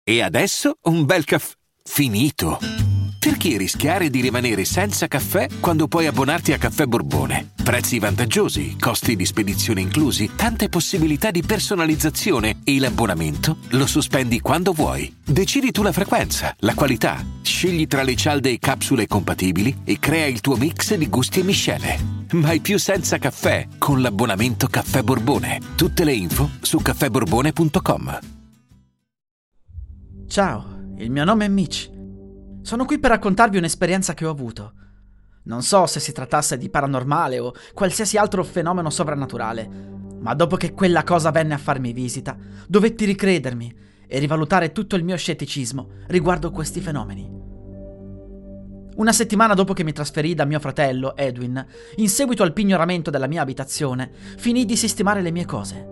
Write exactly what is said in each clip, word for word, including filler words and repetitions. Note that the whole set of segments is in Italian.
E adesso un bel caffè finito. Perché rischiare di rimanere senza caffè quando puoi abbonarti a Caffè Borbone? Prezzi vantaggiosi, costi di spedizione inclusi, tante possibilità di personalizzazione e l'abbonamento lo sospendi quando vuoi. Decidi tu la frequenza, la qualità, scegli tra le cialde e capsule compatibili e crea il tuo mix di gusti e miscele. Mai più senza caffè con l'abbonamento Caffè Borbone. Tutte le info su caffè borbone punto com. Ciao, il mio nome è Mitch. Sono qui per raccontarvi un'esperienza che ho avuto. Non so se si trattasse di paranormale o qualsiasi altro fenomeno sovrannaturale, ma dopo che quella cosa venne a farmi visita, dovetti ricredermi e rivalutare tutto il mio scetticismo riguardo questi fenomeni. Una settimana dopo che mi trasferii da mio fratello, Edwin, in seguito al pignoramento della mia abitazione, finii di sistemare le mie cose.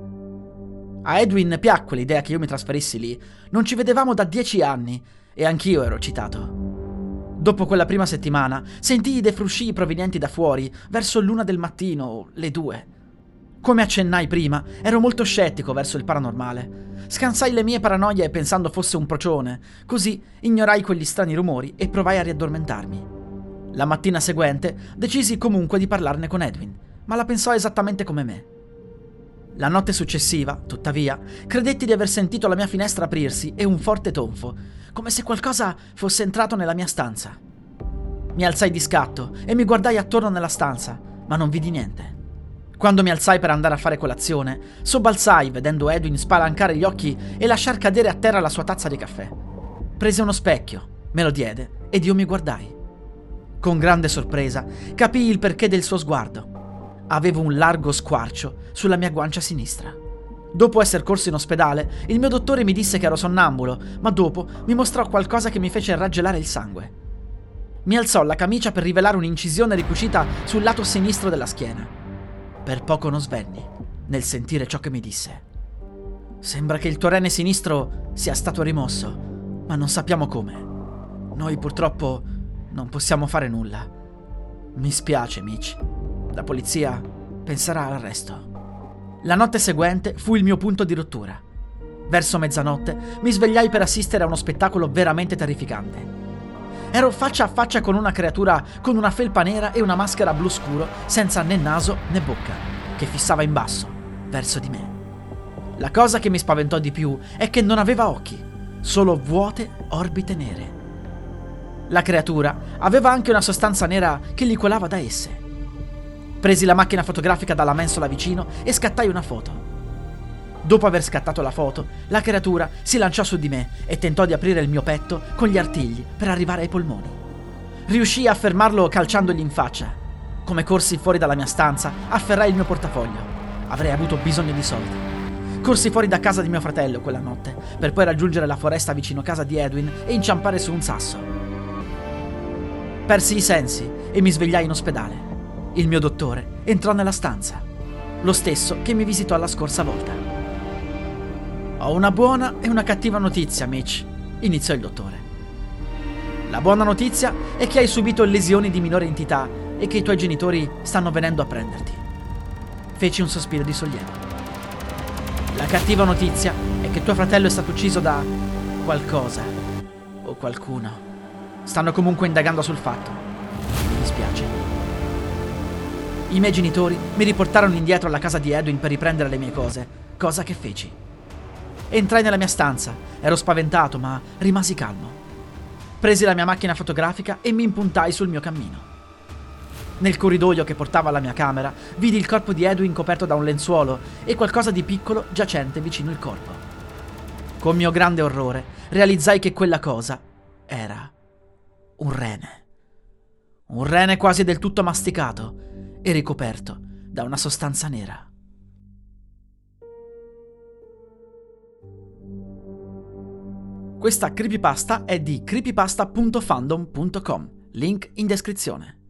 A Edwin piacque l'idea che io mi trasferissi lì. Non ci vedevamo da dieci anni e anch'io ero eccitato. Dopo quella prima settimana sentii dei fruscii provenienti da fuori verso l'una del mattino o le due. Come accennai prima, ero molto scettico verso il paranormale. Scansai le mie paranoie pensando fosse un procione, così ignorai quegli strani rumori e provai a riaddormentarmi. La mattina seguente decisi comunque di parlarne con Edwin, ma la pensò esattamente come me. La notte successiva, tuttavia, credetti di aver sentito la mia finestra aprirsi e un forte tonfo, come se qualcosa fosse entrato nella mia stanza. Mi alzai di scatto e mi guardai attorno nella stanza, ma non vidi niente. Quando mi alzai per andare a fare colazione, sobbalzai vedendo Edwin spalancare gli occhi e lasciar cadere a terra la sua tazza di caffè. Prese uno specchio, me lo diede ed io mi guardai. Con grande sorpresa capii il perché del suo sguardo. Avevo un largo squarcio sulla mia guancia sinistra. Dopo essere corso in ospedale, il mio dottore mi disse che ero sonnambulo, ma dopo mi mostrò qualcosa che mi fece raggelare il sangue. Mi alzò la camicia per rivelare un'incisione ricucita sul lato sinistro della schiena. Per poco non svenni nel sentire ciò che mi disse. Sembra che il tuo rene sinistro sia stato rimosso, ma non sappiamo come. Noi purtroppo non possiamo fare nulla. Mi spiace, Mitch. La polizia penserà all'arresto. La notte seguente fu il mio punto di rottura. Verso mezzanotte mi svegliai per assistere a uno spettacolo veramente terrificante. Ero faccia a faccia con una creatura con una felpa nera e una maschera blu scuro, senza né naso né bocca, che fissava in basso, verso di me. La cosa che mi spaventò di più è che non aveva occhi, solo vuote orbite nere. La creatura aveva anche una sostanza nera che gli colava da esse. Presi la macchina fotografica dalla mensola vicino e scattai una foto. Dopo aver scattato la foto, la creatura si lanciò su di me e tentò di aprire il mio petto con gli artigli per arrivare ai polmoni. Riuscii a fermarlo calciandogli in faccia. Come corsi fuori dalla mia stanza, afferrai il mio portafoglio. Avrei avuto bisogno di soldi. Corsi fuori da casa di mio fratello quella notte, per poi raggiungere la foresta vicino casa di Edwin e inciampare su un sasso. Persi i sensi e mi svegliai in ospedale. Il mio dottore entrò nella stanza, lo stesso che mi visitò la scorsa volta. Ho una buona e una cattiva notizia, Mitch, iniziò il dottore. La buona notizia è che hai subito lesioni di minore entità e che i tuoi genitori stanno venendo a prenderti. Feci un sospiro di sollievo. La cattiva notizia è che tuo fratello è stato ucciso da qualcosa o qualcuno. Stanno comunque indagando sul fatto. Mi dispiace. I miei genitori mi riportarono indietro alla casa di Edwin per riprendere le mie cose, cosa che feci. Entrai nella mia stanza, ero spaventato ma rimasi calmo. Presi la mia macchina fotografica e mi impuntai sul mio cammino. Nel corridoio che portava alla mia camera vidi il corpo di Edwin coperto da un lenzuolo e qualcosa di piccolo giacente vicino il corpo. Con mio grande orrore realizzai che quella cosa era un rene. Un rene quasi del tutto masticato e ricoperto da una sostanza nera. Questa creepypasta è di creepypasta punto fandom punto com, link in descrizione.